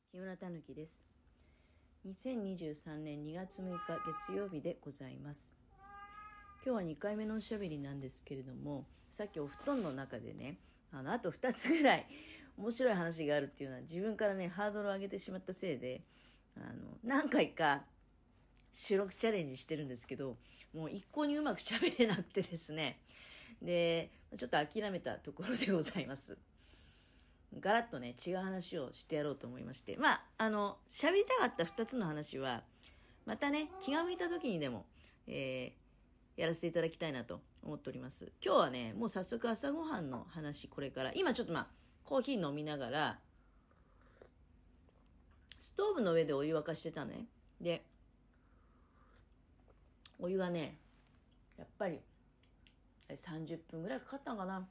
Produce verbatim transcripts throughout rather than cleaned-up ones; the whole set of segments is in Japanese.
木村たぬきです。にせんにじゅうさんねんにがつむいか月曜日でございます。今日はにかいめのおしゃべりなんですけれども、さっきお布団の中でね、あのあとふたつぐらい面白い話があるっていうのは自分からねハードルを上げてしまったせいで、あの何回か収録チャレンジしてるんですけど、もう一向にうまくしゃべれなくてですね、でちょっと諦めたところでございます。ガラッとね違う話をしてやろうと思いまして、まああの喋りたかったふたつの話はまたね気が向いた時にでも、えー、やらせていただきたいなと思っております。今日はねもう早速朝ごはんの話、これから今ちょっとまあコーヒー飲みながらストーブの上でお湯沸かしてたね。でお湯がねやっぱりさんじゅっぷんぐらいかかったのかな、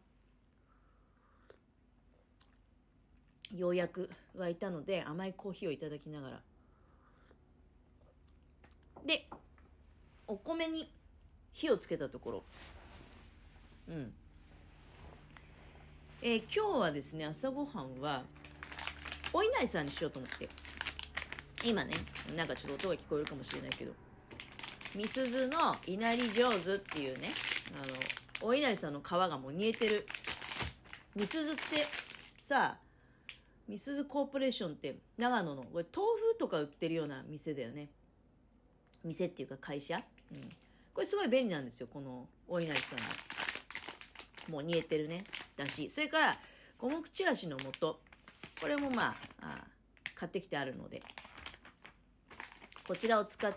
ようやく沸いたので甘いコーヒーをいただきながら、でお米に火をつけたところ、うんえー、今日はですね朝ごはんはお稲荷さんにしようと思って、今ねなんかちょっと音が聞こえるかもしれないけど、みすずの稲荷上手っていうね、あのお稲荷さんの皮がもう煮えてる。みすずってさ、みすずコーポレーションって長野のこれ豆腐とか売ってるような店だよね。店っていうか会社、うん、これすごい便利なんですよ、このお稲荷さんのもう煮えてるねだし、それから五目ちらしの素、これもまああ買ってきてあるのでこちらを使って、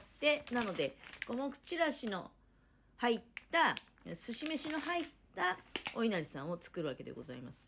なので五目ちらしの入った寿司飯の入ったお稲荷さんを作るわけでございます。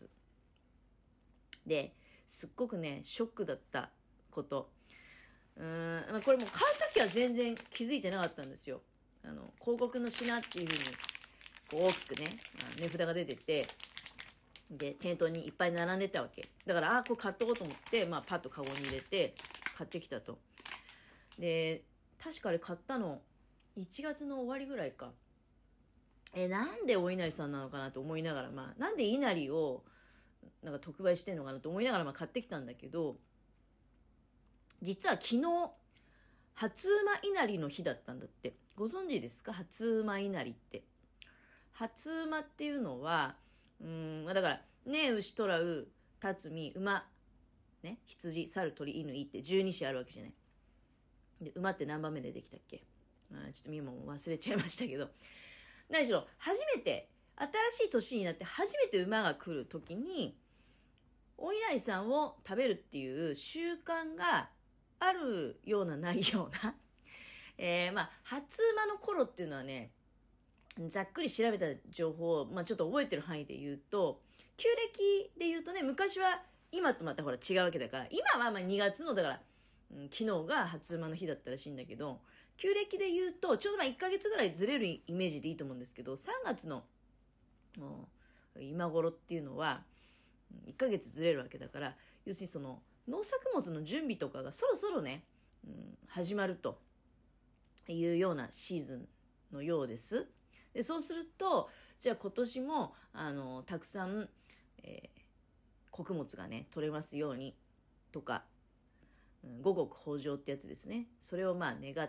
ですっごくねショックだったこと、うーんこれもう買う時は全然気づいてなかったんですよ。あの広告の品っていう風にこう大きくね値札が出てて、で店頭にいっぱい並んでたわけだから、あこれ買っとこうと思って、まあ、パッとカゴに入れて買ってきたと。で確かあれ買ったのいちがつの終わりぐらいか。えなんでお稲荷さんなのかなと思いながら、まあなんで稲荷をなんか特売してんのかなと思いながらまあ買ってきたんだけど、実は昨日初馬稲荷の日だったんだって。ご存知ですか、初馬稲荷って。初馬っていうのはうーんだからね牛虎う辰巳馬ね、羊猿鳥犬いってじゅうにしあるわけじゃない。で馬って何番目でできたっけ、あちょっと今も忘れちゃいましたけど、何しろ初めて新しい年になって初めて馬が来る時にお稲荷さんを食べるっていう習慣があるようなないようなえー、まあ初馬の頃っていうのはね、ざっくり調べた情報を、まあ、ちょっと覚えてる範囲で言うと、旧暦で言うとね昔は今とまたほら違うわけだから、今はまあにがつのだから、うん、昨日が初馬の日だったらしいんだけど、旧暦で言うとちょうどまあいっかげつぐらいずれるイメージでいいと思うんですけど、さんがつの今頃っていうのはいっかげつずれるわけだから、要するにその農作物の準備とかがそろそろね、うん、始まるというようなシーズンのようです。でそうするとじゃあ今年もあのたくさん、えー、穀物がね取れますようにとか、うん、五穀豊穣ってやつですね、それをまあ願って、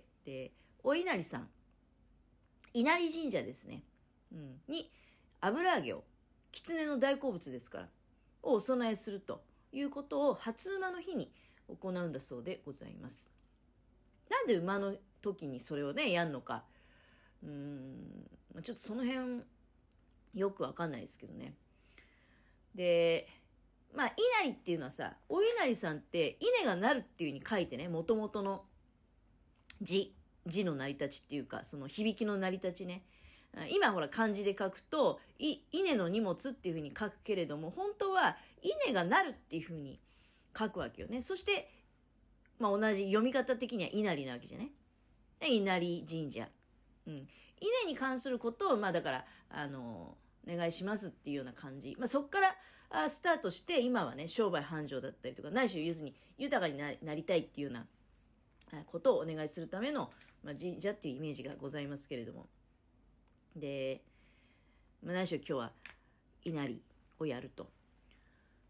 でお稲荷さん、稲荷神社ですね、うん、に油揚げを、狐の大好物ですからをお供えするということを初馬の日に行うんだそうでございます。なんで馬の時にそれをねやんのか、うーんちょっとその辺よくわかんないですけどね。でまあ稲荷っていうのはさ、お稲荷さんって稲がなるっていう風に書いてね、もともとの字字の成り立ちっていうかその響きの成り立ちね、今ほら漢字で書くとい稲の荷物っていう風に書くけれども、本当は稲がなるっていう風に書くわけよね。そしてまあ同じ読み方的には稲荷なわけじゃね。稲荷神社、うん、稲に関することをまあだからあのお願いしますっていうような感じ、まあ、そこからあスタートして、今はね商売繁盛だったりとか、ないし要するに豊かにななりたいっていうようなことをお願いするための、まあ、神社っていうイメージがございますけれども、で、まあ、何しろ今日は稲荷をやると。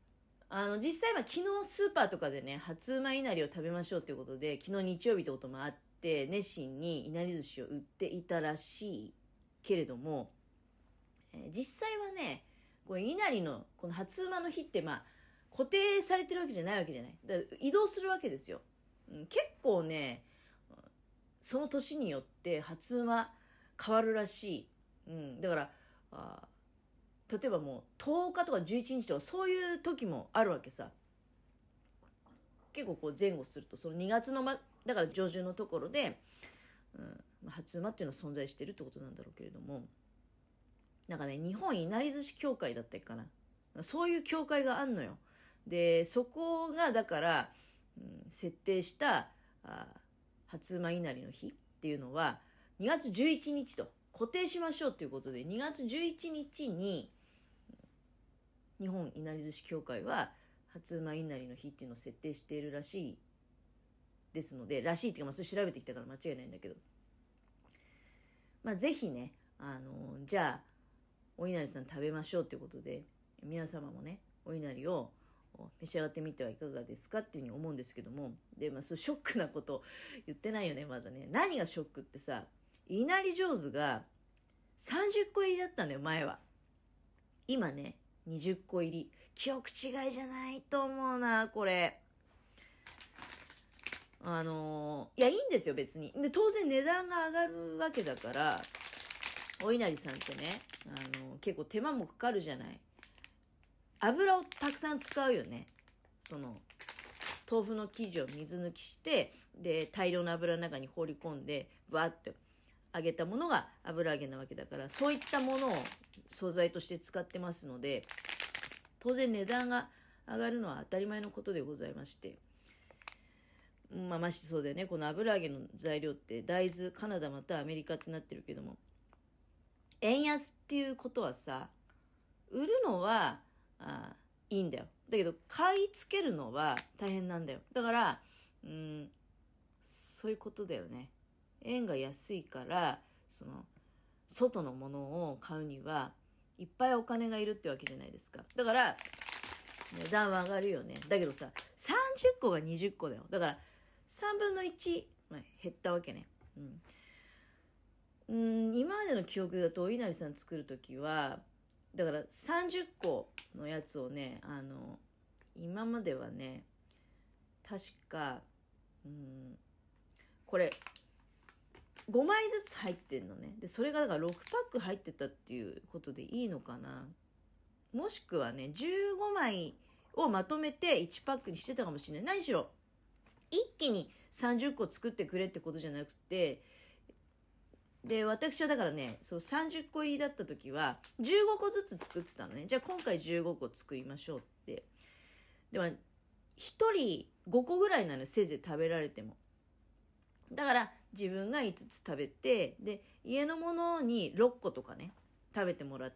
あの、実際、まあ、昨日スーパーとかでね、初馬いなりを食べましょうということで、昨日日曜日ってこともあって、熱心にいなり寿司を売っていたらしいけれども、えー実際はね、これいなりの、この初馬の日って、まあ、固定されてるわけじゃないわけじゃない。だから移動するわけですよ。うん、結構ね、その年によって初馬変わるらしい。うん、だから、あ例えばもうとおかとかじゅういちにちとかそういう時もあるわけさ。結構こう前後するとそのにがつの、ま、だから上旬のところで、うん、初馬っていうのは存在してるってことなんだろうけれども、なんかね、日本いなり寿司協会だったっけかな、そういう協会があんのよ。でそこがだから、うん、設定したあ初馬いなりの日っていうのはにがつじゅういちにちと固定しましょうということで、にがつじゅういちにちに日本いなり寿司協会は初馬いなりの日っていうのを設定しているらしいですので、らしいっていうか、まあ、それ調べてきたから間違いないんだけど、まあ、ぜひね、あのじゃあお稲荷さん食べましょうということで、皆様もねお稲荷を召し上がってみてはいかがですかっていうふうに思うんですけども、で、まあ、そうショックなこと言ってないよねまだね。何がショックってさ、いなり上手がさんじゅっこ入りだったんだよ前は。今ねにじゅっこ入り。記憶違いじゃないと思うなこれ。あのー、いやいいんですよ別に。で当然値段が上がるわけだから、お稲荷さんってね、あのー、結構手間もかかるじゃない。油をたくさん使うよね。その豆腐の生地を水抜きして、で大量の油の中に放り込んでバーッと揚げたものが油揚げなわけだから、そういったものを素材として使ってますので、当然値段が上がるのは当たり前のことでございまして、まあましてそうだよね。この油揚げの材料って大豆、カナダまたはアメリカってなってるけども、円安っていうことはさ、売るのはあいいんだよ。だけど買い付けるのは大変なんだよ。だからうん、そういうことだよね。円が安いからその外のものを買うにはいっぱいお金がいるってわけじゃないですか。だから値段は上がるよね。だけどさ、さんじゅっこがにじゅっこだよ。だからさんぶんのいち、まあ、減ったわけね。うん、うん今までの記憶だとお稲荷さん作るときはだからさんじゅっこのやつをね、あの今まではね確か、うん、これごまいずつ入ってんのね。でそれがだからろくパック入ってたっていうことでいいのかな。もしくはねじゅうごまいをまとめていちパックにしてたかもしれない。何しろ一気にさんじゅっこ作ってくれってことじゃなくて、で私はだからね、そうさんじゅっこ入りだった時はじゅうごこずつ作ってたのね。じゃあ今回じゅうごこ作りましょうって。でもひとりごこぐらいなのよ、せいぜい食べられても。だから自分がいつつ食べて、で家のものにろっことかね食べてもらって、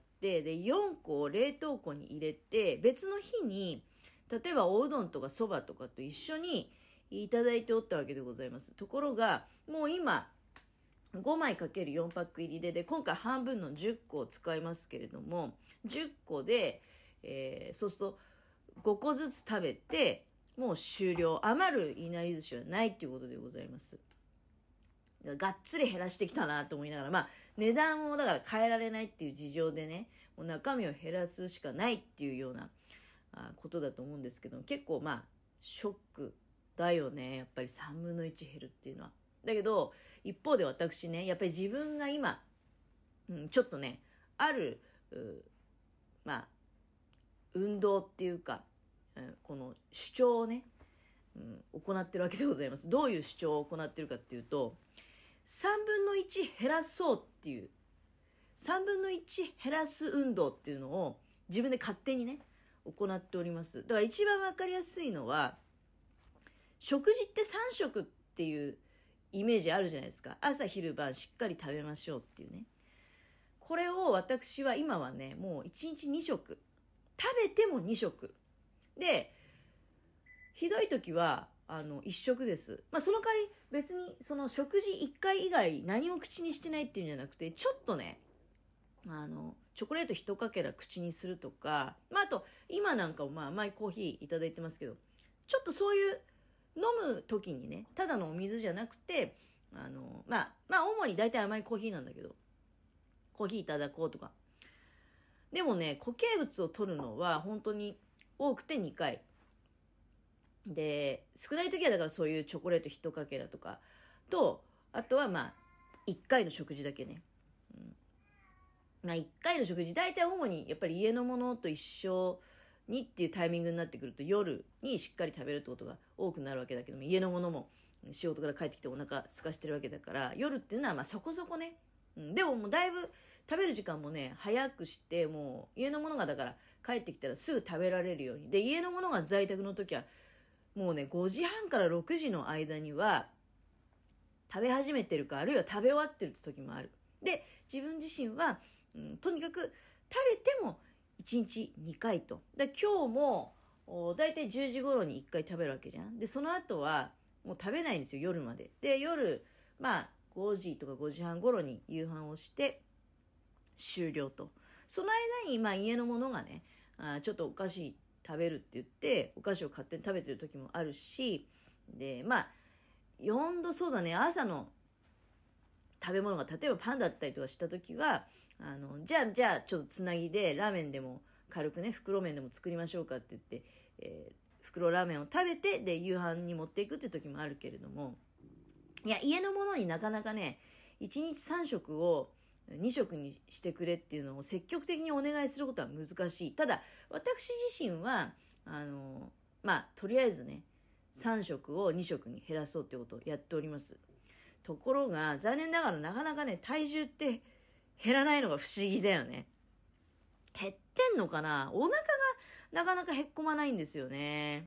でよんこを冷凍庫に入れて、別の日に例えばおうどんとかそばとかと一緒にいただいておったわけでございます。ところがもう今ごまいかけるよんパック入りで、で今回半分のじゅっこを使いますけれども、じゅっこで、えー、そうするとごこずつ食べてもう終了。余るいなり寿司はないっていうことでございます。がっつり減らしてきたなと思いながら、まあ値段をだから変えられないっていう事情でね、もう中身を減らすしかないっていうようなあことだと思うんですけど、結構まあショックだよね、やっぱりさんぶんのいち減るっていうのは。だけど一方で私ね、やっぱり自分が今、うん、ちょっとねあるまあ運動っていうか、うん、この主張をね、うん、行ってるわけでございます。どういう主張を行ってるかっていうと、さんぶんのいち減らそうっていう、さんぶんのいち減らす運動っていうのを自分で勝手にね行っております。だから一番わかりやすいのは、食事ってさんしょくっていうイメージあるじゃないですか。朝昼晩しっかり食べましょうっていうね。これを私は今はね、もういちにちにしょく、食べてもにしょくで、ひどい時はあのいっしょくです。まあその代わり別にその食事いっかい以外何も口にしてないっていうんじゃなくて、ちょっとねあのチョコレート一かけら口にするとか、まあ、あと今なんかもまあ甘いコーヒーいただいてますけど、ちょっとそういう飲む時にね、ただのお水じゃなくて、あのまあまあ主に大体甘いコーヒーなんだけど、コーヒーいただこうとか。でもね、固形物を取るのは本当に多くてにかいで、少ない時はだからそういうチョコレート一かけらとかと、あとはまあいっかいの食事だけね、うん、まあいっかいの食事、大体主にやっぱり家のものと一緒にっていうタイミングになってくると、夜にしっかり食べるってことが多くなるわけだけども、家のものも仕事から帰ってきてお腹空かしてるわけだから、夜っていうのはまあそこそこね、うん、でももうだいぶ食べる時間もね早くして、もう家のものがだから帰ってきたらすぐ食べられるように、で家のものが在宅の時はもうねごじはんからろくじの間には食べ始めてるか、あるいは食べ終わってるって時もある。で自分自身は、うん、とにかく食べてもいちにちにかいと。で今日もだいたいじゅうじ頃にいっかい食べるわけじゃん。でその後はもう食べないんですよ、夜まで。で夜まあごじとかごじはん頃に夕飯をして終了と。その間にまあ家のものがね、あちょっとお菓子食べるって言ってお菓子を勝手に食べてる時もあるし、でまあよんどそうだね、朝の食べ物が例えばパンだったりとかした時は、あのじゃあじゃあちょっとつなぎでラーメンでも軽くね、袋麺でも作りましょうかって言って、えー、袋ラーメンを食べてで夕飯に持っていくって時もあるけれども、いや家のものになかなかねいちにちさん食をに食にしてくれっていうのを積極的にお願いすることは難しい。ただ私自身はあのまあとりあえずねさん食をに食に減らそうってことをやっております。ところが残念ながらなかなかね体重って減らないのが不思議だよね。減ってんのかな、お腹がなかなかへっこまないんですよね。